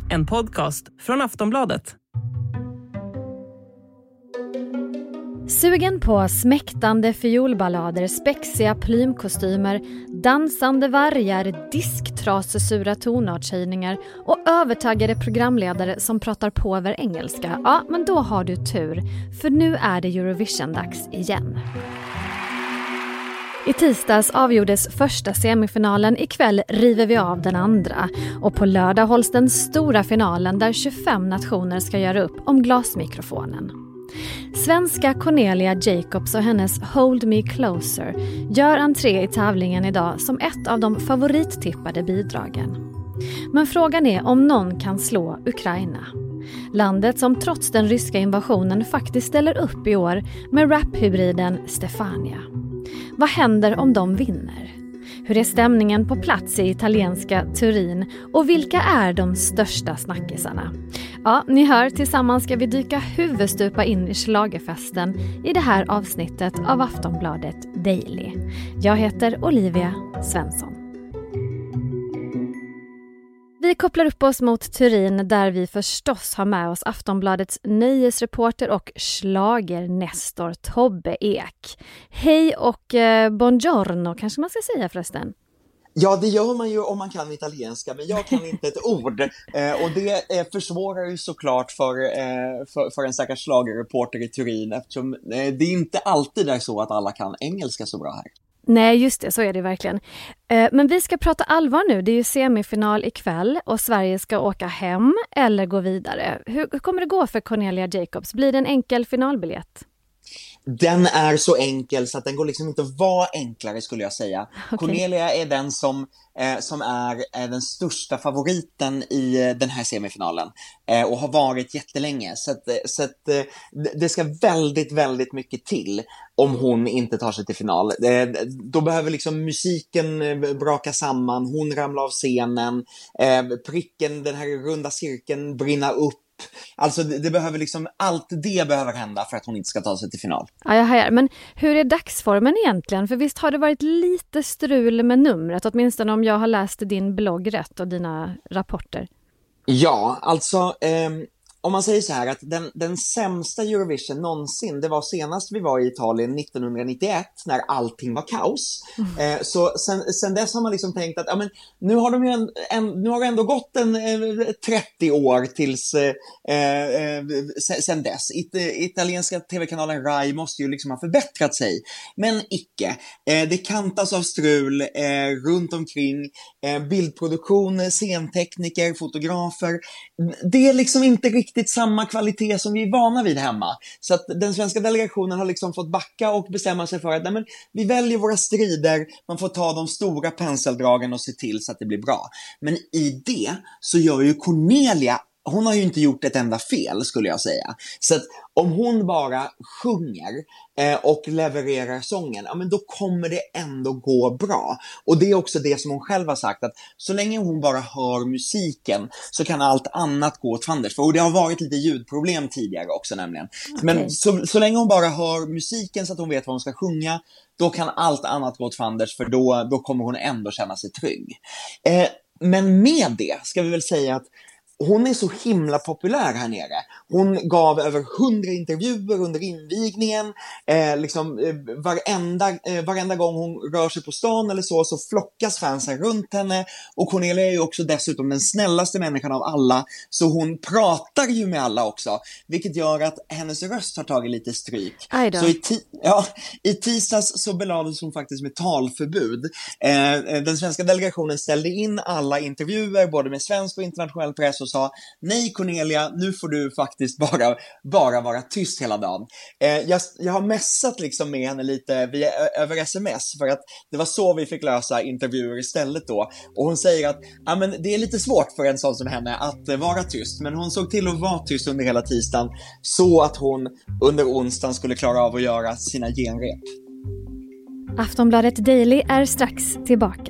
en podcast från Aftonbladet. Sugen på smäktande fiolballader, spexiga plymkostymer, dansande vargar, disktrasesura tonartshöjningar och övertaggade programledare som pratar på över engelska? Ja, men då har du tur, för nu är det Eurovision-dags igen. I tisdags avgjordes första semifinalen, ikväll river vi av den andra. Och på lördag hålls den stora finalen där 25 nationer ska göra upp om glasmikrofonen. Svenska Cornelia Jacobs och hennes Hold Me Closer gör entré i tävlingen idag som ett av de favorittippade bidragen. Men frågan är om någon kan slå Ukraina. Landet som trots den ryska invasionen faktiskt ställer upp i år med raphybriden Stefania. Vad händer om de vinner? Hur är stämningen på plats i italienska Turin? Och vilka är de största snackisarna? Ja, ni hör, tillsammans ska vi dyka huvudstupa in i schlagerfesten i det här avsnittet av Aftonbladet Daily. Jag heter Olivia Svensson. Vi kopplar upp oss mot Turin där vi förstås har med oss Aftonbladets nöjesreporter och schlagernestor Tobbe Ek. Hej och buongiorno kanske man ska säga förresten. Ja, det gör man ju om man kan italienska, men jag kan inte ett ord. Och det försvårar ju såklart för en stackars schlagerreporter i Turin, eftersom det inte alltid är så att alla kan engelska så bra här. Nej, just det, så är det verkligen. Men vi ska prata allvar nu. Det är ju semifinal ikväll och Sverige ska åka hem eller gå vidare. Hur kommer det gå för Cornelia Jacobs? Blir det en enkel finalbiljett? Den är så enkel så att den går liksom inte att vara enklare, skulle jag säga. Okay. Cornelia är den som är den största favoriten i den här semifinalen och har varit jättelänge. Så att det ska väldigt, väldigt mycket till om hon inte tar sig till final. Då behöver liksom musiken braka samman, hon ramlar av scenen, pricken, den här runda cirkeln brinna upp. Alltså det behöver liksom, allt det behöver hända för att hon inte ska ta sig till final. Ja, jag hör. Men hur är dagsformen egentligen? För visst har det varit lite strul med numret, åtminstone om jag har läst din blogg rätt och dina rapporter. Ja, alltså om man säger så här att den sämsta Eurovision någonsin, det var senast vi var i Italien 1991 när allting var kaos. Så sen dess har man liksom tänkt att ja, men nu har de ju nu har det ändå gått 30 år tills sen dess. Italienska tv-kanalen Rai måste ju liksom ha förbättrat sig. Men icke. Det kantas av strul runt omkring, bildproduktion, scentekniker, fotografer. Det är liksom inte riktigt samma kvalitet som vi är vana vid hemma. Så att den svenska delegationen har liksom fått backa och bestämma sig för att nej, men vi väljer våra strider, man får ta de stora penseldragen och se till så att det blir bra. Men i det så gör ju Cornelia, hon har ju inte gjort ett enda fel, skulle jag säga. Så att om hon bara sjunger och levererar sången, ja, men då kommer det ändå gå bra. Och det är också det som hon själv har sagt, att så länge hon bara hör musiken så kan allt annat gå åt fanders. För det har varit lite ljudproblem tidigare också nämligen. Okay. Men så länge hon bara hör musiken så att hon vet vad hon ska sjunga, då kan allt annat gå åt fanders, för då kommer hon ändå känna sig trygg. Men med det ska vi väl säga att hon är så himla populär här nere. Hon gav över 100 intervjuer under invigningen. Varenda gång hon rör sig på stan eller så flockas fansen runt henne. Och Cornelia är ju också dessutom den snällaste människan av alla. Så hon pratar ju med alla också. Vilket gör att hennes röst har tagit lite stryk. Så i tisdags så belades hon faktiskt med talförbud. Den svenska delegationen ställde in alla intervjuer både med svensk och internationell press och sa: nej Cornelia, nu får du faktiskt bara vara tyst hela dagen. Jag har messat liksom med henne lite över sms, för att det var så vi fick lösa intervjuer istället då. Och hon säger att ja, men det är lite svårt för en sån som henne att vara tyst, men hon såg till att vara tyst under hela tisdagen så att hon under onsdagen skulle klara av att göra sina genrep. Aftonbladet Daily är strax tillbaka.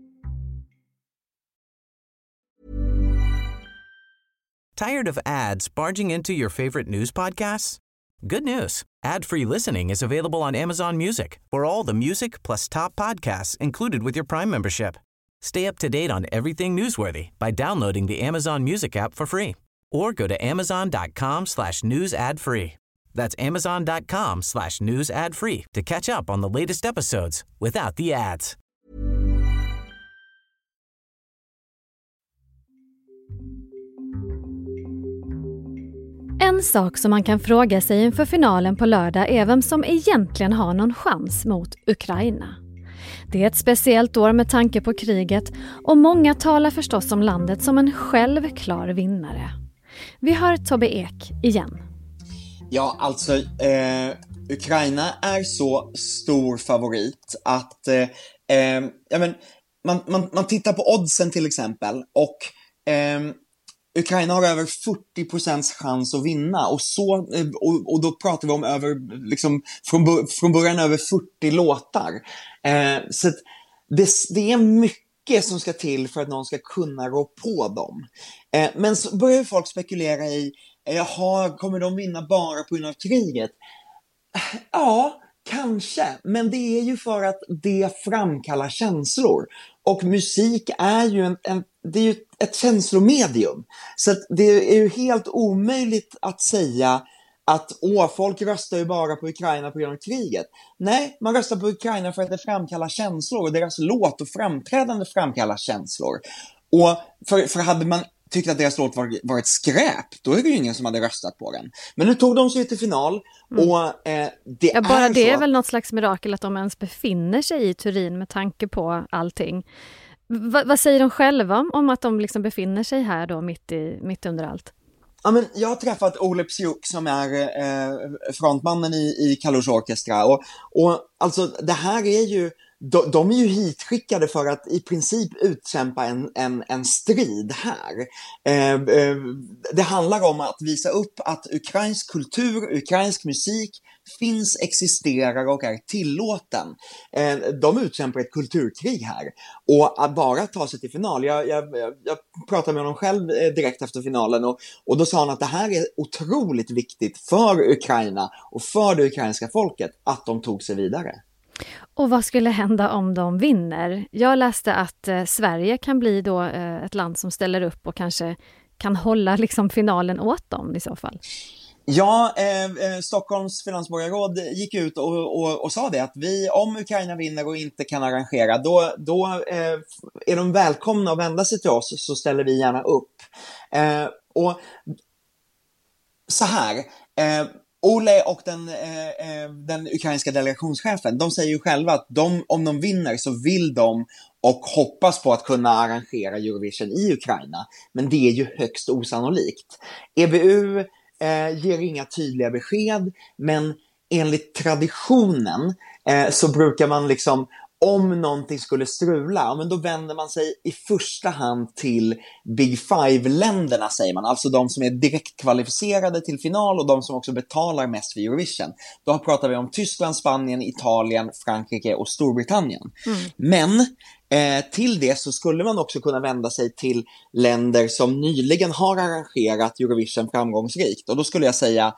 Tired of ads barging into your favorite news podcasts? Good news. Ad-free listening is available on Amazon Music for all the music plus top podcasts included with your Prime membership. Stay up to date on everything newsworthy by downloading the Amazon Music app for free or go to amazon.com/news ad free. That's amazon.com/news ad free to catch up on the latest episodes without the ads. En sak som man kan fråga sig inför finalen på lördag är vem som egentligen har någon chans mot Ukraina. Det är ett speciellt år med tanke på kriget och många talar förstås om landet som en självklar vinnare. Vi hör Tobbe Ek igen. Ja, alltså Ukraina är så stor favorit att man tittar på oddsen till exempel och Ukraina har över 40% chans att vinna och då pratar vi om över liksom från början över 40 låtar. Så det är mycket som ska till för att någon ska kunna rå på dem. Men så börjar folk spekulera i kommer de vinna bara på grund av kriget? Ja, kanske. Men det är ju för att det framkallar känslor. Och musik är ju det är ju ett känslomedium. Så att det är ju helt omöjligt att säga att folk röstar ju bara på Ukraina på grund av kriget. Nej, man röstar på Ukraina för att det framkallar känslor och deras låt och framträdande framkallar känslor. Och för hade man tyckt att deras låt var ett skräp, då är det ju ingen som hade röstat på den. Men nu tog de sig till final och det är bara det så är väl något slags mirakel att de ens befinner sig i Turin med tanke på allting. Vad säger de själva om att de liksom befinner sig här då mitt under allt? Ja, men jag har träffat Ole Psiuk som är frontmannen i Kalush Orkestra och alltså det här är ju de är ju hitskickade för att i princip utkämpa en strid här. Det handlar om att visa upp att ukrainsk kultur, ukrainsk musik finns, existerar och är tillåten. De utkämpar ett kulturkrig här. Och att bara ta sig till final. Jag pratade med honom själv direkt efter finalen och då sa han att det här är otroligt viktigt för Ukraina och för det ukrainska folket att de tog sig vidare. Och vad skulle hända om de vinner? Jag läste att Sverige kan bli då ett land som ställer upp och kanske kan hålla liksom finalen åt dem i så fall. Ja, Stockholms finansborgarråd gick ut och sa det att om Ukraina vinner och inte kan arrangera, då är de välkomna att vända sig till oss, så ställer vi gärna upp. Och så här, Ole och den ukrainska delegationschefen, de säger ju själva att om de vinner så vill de och hoppas på att kunna arrangera Eurovision i Ukraina. Men det är ju högst osannolikt. EBU ger inga tydliga besked, men enligt traditionen så brukar man liksom, om någonting skulle strula, men då vänder man sig i första hand till Big Five-länderna, säger man. Alltså de som är direkt kvalificerade till final och de som också betalar mest för Eurovision. Då pratar vi om Tyskland, Spanien, Italien, Frankrike och Storbritannien. Men till det så skulle man också kunna vända sig till länder som nyligen har arrangerat Eurovision framgångsrikt. Och då skulle jag säga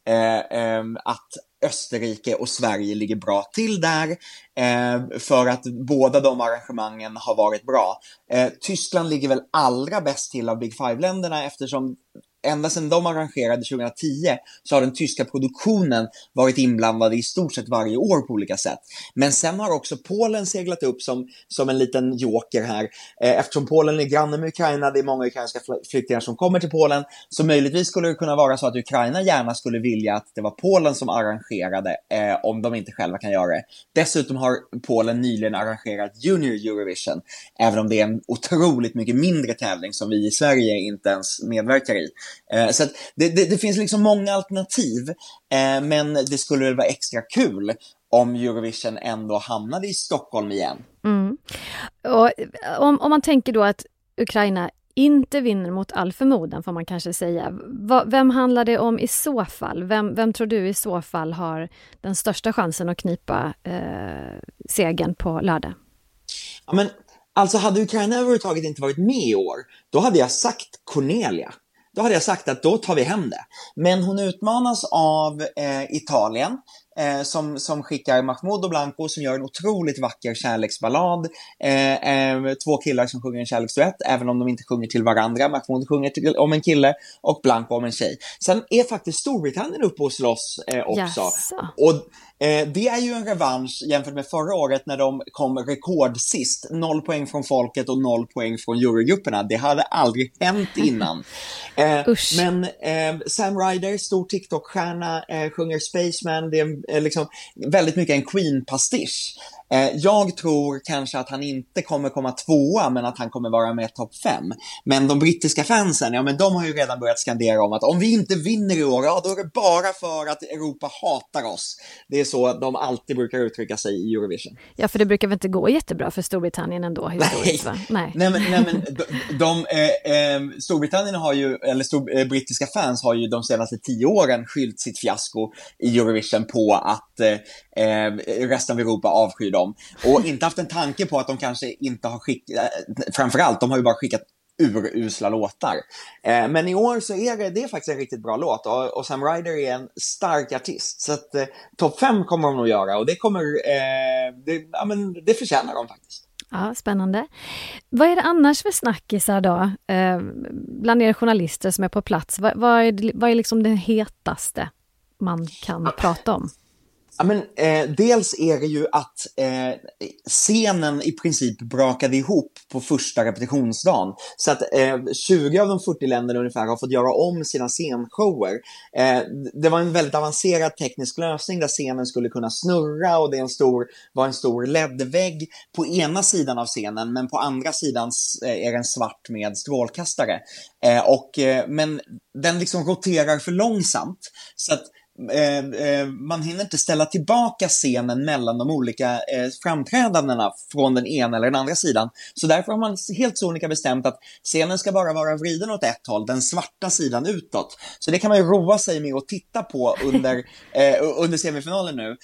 att Österrike och Sverige ligger bra till där, för att båda de arrangemangen har varit bra. Tyskland ligger väl allra bäst till av Big Five-länderna, eftersom ända sedan de arrangerade 2010 så har den tyska produktionen varit inblandad i stort sett varje år på olika sätt. Men sen har också Polen seglat upp som en liten joker här. Eftersom Polen är granne med Ukraina, det är många ukrainska flyktingar som kommer till Polen, så möjligtvis skulle det kunna vara så att Ukraina gärna skulle vilja att det var Polen som arrangerade, om de inte själva kan göra det. Dessutom har Polen nyligen arrangerat Junior Eurovision, även om det är en otroligt mycket mindre tävling som vi i Sverige inte ens medverkar i. Så att det finns liksom många alternativ, men det skulle väl vara extra kul om Eurovision ändå hamnade i Stockholm igen. Och om man tänker då att Ukraina inte vinner mot all förmodan, får man kanske säga. Vem handlar det om i så fall? Vem tror du i så fall har den största chansen att knipa segern på lördag? Ja, men alltså hade Ukraina överhuvudtaget inte varit med i år, då hade jag sagt Cornelia. Då hade jag sagt att då tar vi hem det. Men hon utmanas av Italien. som skickar Mahmoud och Blanco som gör en otroligt vacker kärleksballad. 2 killar som sjunger en kärleksduett, även om de inte sjunger till varandra. Mahmoud sjunger om en kille och Blanco om en tjej. Sen är faktiskt Storbritannien uppe och slåss också. Yes. Och det är ju en revansch jämfört med förra året när de kom rekordsist. 0 poäng från folket och 0 poäng från jurygrupperna. Det hade aldrig hänt innan. Men Sam Ryder, stor TikTok-stjärna, sjunger Spaceman. Det är liksom väldigt mycket en Queen-pastisch. Jag tror kanske att han inte kommer komma 2:a, men att han kommer vara med topp 5. Men de brittiska fansen, ja men de har ju redan börjat skandera om att om vi inte vinner i år, ja då är det bara för att Europa hatar oss. Det är så de alltid brukar uttrycka sig i Eurovision. Ja, för det brukar väl inte gå jättebra för Storbritannien ändå historiskt, va? Nej, men Storbritannien har ju, eller brittiska fans har ju de senaste 10 åren skyllt sitt fiasko i Eurovision på att resten av Europa avskyr dem. Och inte haft en tanke på att de kanske inte har skickat, framförallt, de har ju bara skickat urusla låtar. Men i år så är det faktiskt en riktigt bra låt och Sam Ryder är en stark artist. Så att topp 5 kommer de nog göra och det kommer, det förtjänar de faktiskt. Ja, spännande. Vad är det annars för snackisar då? Bland er journalister som är på plats, vad är liksom det hetaste man kan prata om? Ja, men dels är det ju att scenen i princip brakade ihop på första repetitionsdagen. Så att 20 av de 40 länderna ungefär har fått göra om sina scenshower. Det var en väldigt avancerad teknisk lösning där scenen skulle kunna snurra och det var en stor LED-vägg på ena sidan av scenen, men på andra sidan är den svart med strålkastare. Men den liksom roterar för långsamt så att man hinner inte ställa tillbaka scenen mellan de olika framträdandena från den ena eller den andra sidan. Så därför har man helt sonika bestämt att scenen ska bara vara vriden åt ett håll, den svarta sidan utåt. Så det kan man ju roa sig med att titta på under semifinalen nu.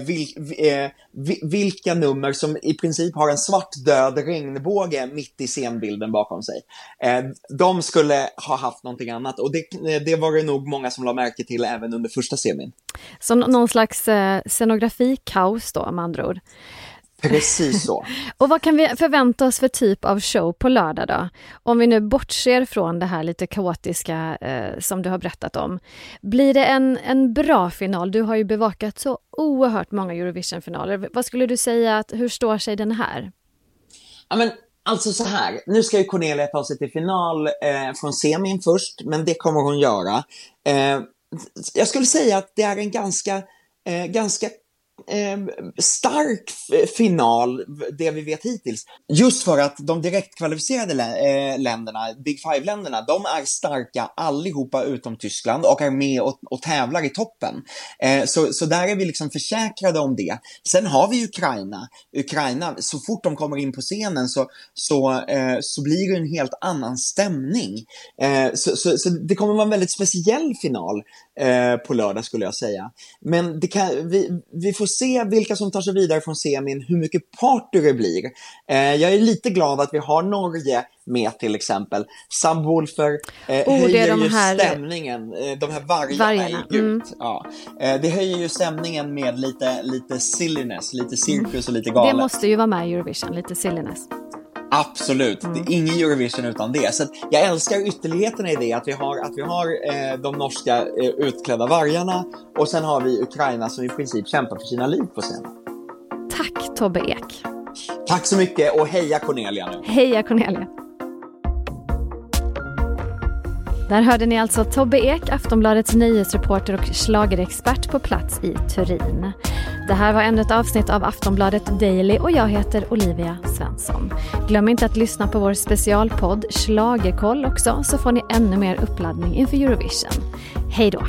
Vilka nummer som i princip har en svart död regnbåge mitt i scenbilden bakom sig. De skulle ha haft någonting annat och det var det nog många som la märke till även under första semin. Som någon slags scenografikaos då, med andra ord. Precis så. Och vad kan vi förvänta oss för typ av show på lördag då? Om vi nu bortser från det här lite kaotiska som du har berättat om. Blir det en bra final? Du har ju bevakat så oerhört många Eurovision-finaler. Vad skulle du säga, hur står sig den här? Ja, men alltså så här. Nu ska ju Cornelia ta sig till final från semin först, men det kommer hon göra. Jag skulle säga att det är en ganska stark final, det vi vet hittills. Just för att de direkt kvalificerade länderna, Big Five-länderna, de är starka allihopa utom Tyskland och är med och tävlar i toppen. Så där är vi liksom försäkrade om det. Sen har vi Ukraina, så fort de kommer in på scenen så blir det en helt annan stämning. Så det kommer vara en väldigt speciell final på lördag, skulle jag säga. Men vi får se vilka som tar sig vidare från semin, hur mycket party det blir. Jag är lite glad att vi har Norge med till exempel. Subwoolfer höjer ju stämningen. De här vargarna i gult. Ja. Det höjer ju stämningen med lite silliness, lite cirkus och lite galet. Det måste ju vara med i Eurovision, lite silliness. Absolut, det är ingen Eurovision utan det. Så jag älskar ytterligheterna i det, att vi har de norska utklädda vargarna och sen har vi Ukraina som i princip kämpar för sina liv på scenen. Tack Tobbe Ek. Tack så mycket och heja Cornelia nu. Heja Cornelia. Där hörde ni alltså Tobbe Ek, Aftonbladets nyhetsreporter och schlagerexpert på plats i Turin. Det här var ännu ett avsnitt av Aftonbladet Daily och jag heter Olivia Svensson. Glöm inte att lyssna på vår specialpodd Schlagerkoll också, så får ni ännu mer uppladdning inför Eurovision. Hej då!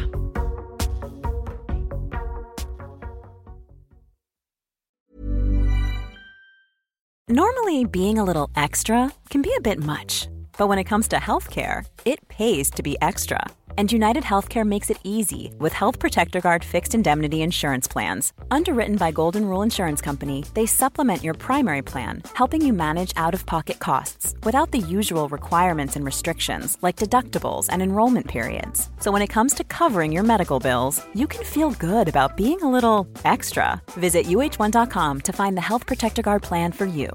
Normally, being a little extra can be a bit much. But when it comes to healthcare, it pays to be extra. And United Healthcare makes it easy with Health Protector Guard fixed indemnity insurance plans. Underwritten by Golden Rule Insurance Company, they supplement your primary plan, helping you manage out-of-pocket costs. without the usual requirements and restrictions like deductibles and enrollment periods. So when it comes to covering your medical bills, you can feel good about being a little extra. Visit UH1.com to find the Health Protector Guard plan for you.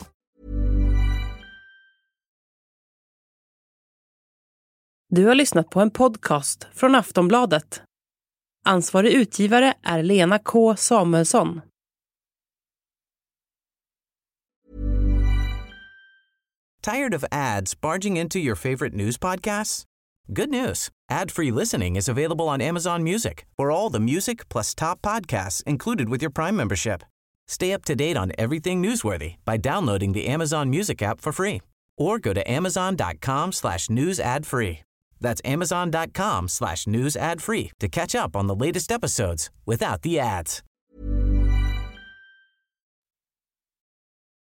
Du har lyssnat på en podcast från Aftonbladet. Ansvarig utgivare är Lena K. Samuelsson. Tired of ads barging into your favorite news podcasts? Good news. Ad-free listening is available on Amazon Music for all the music plus top podcasts included with your Prime membership. Stay up to date on everything newsworthy by downloading the Amazon Music app for free or go to amazon.com/news ad free. That's amazon.com/news ad free to catch up on the latest episodes without the ads.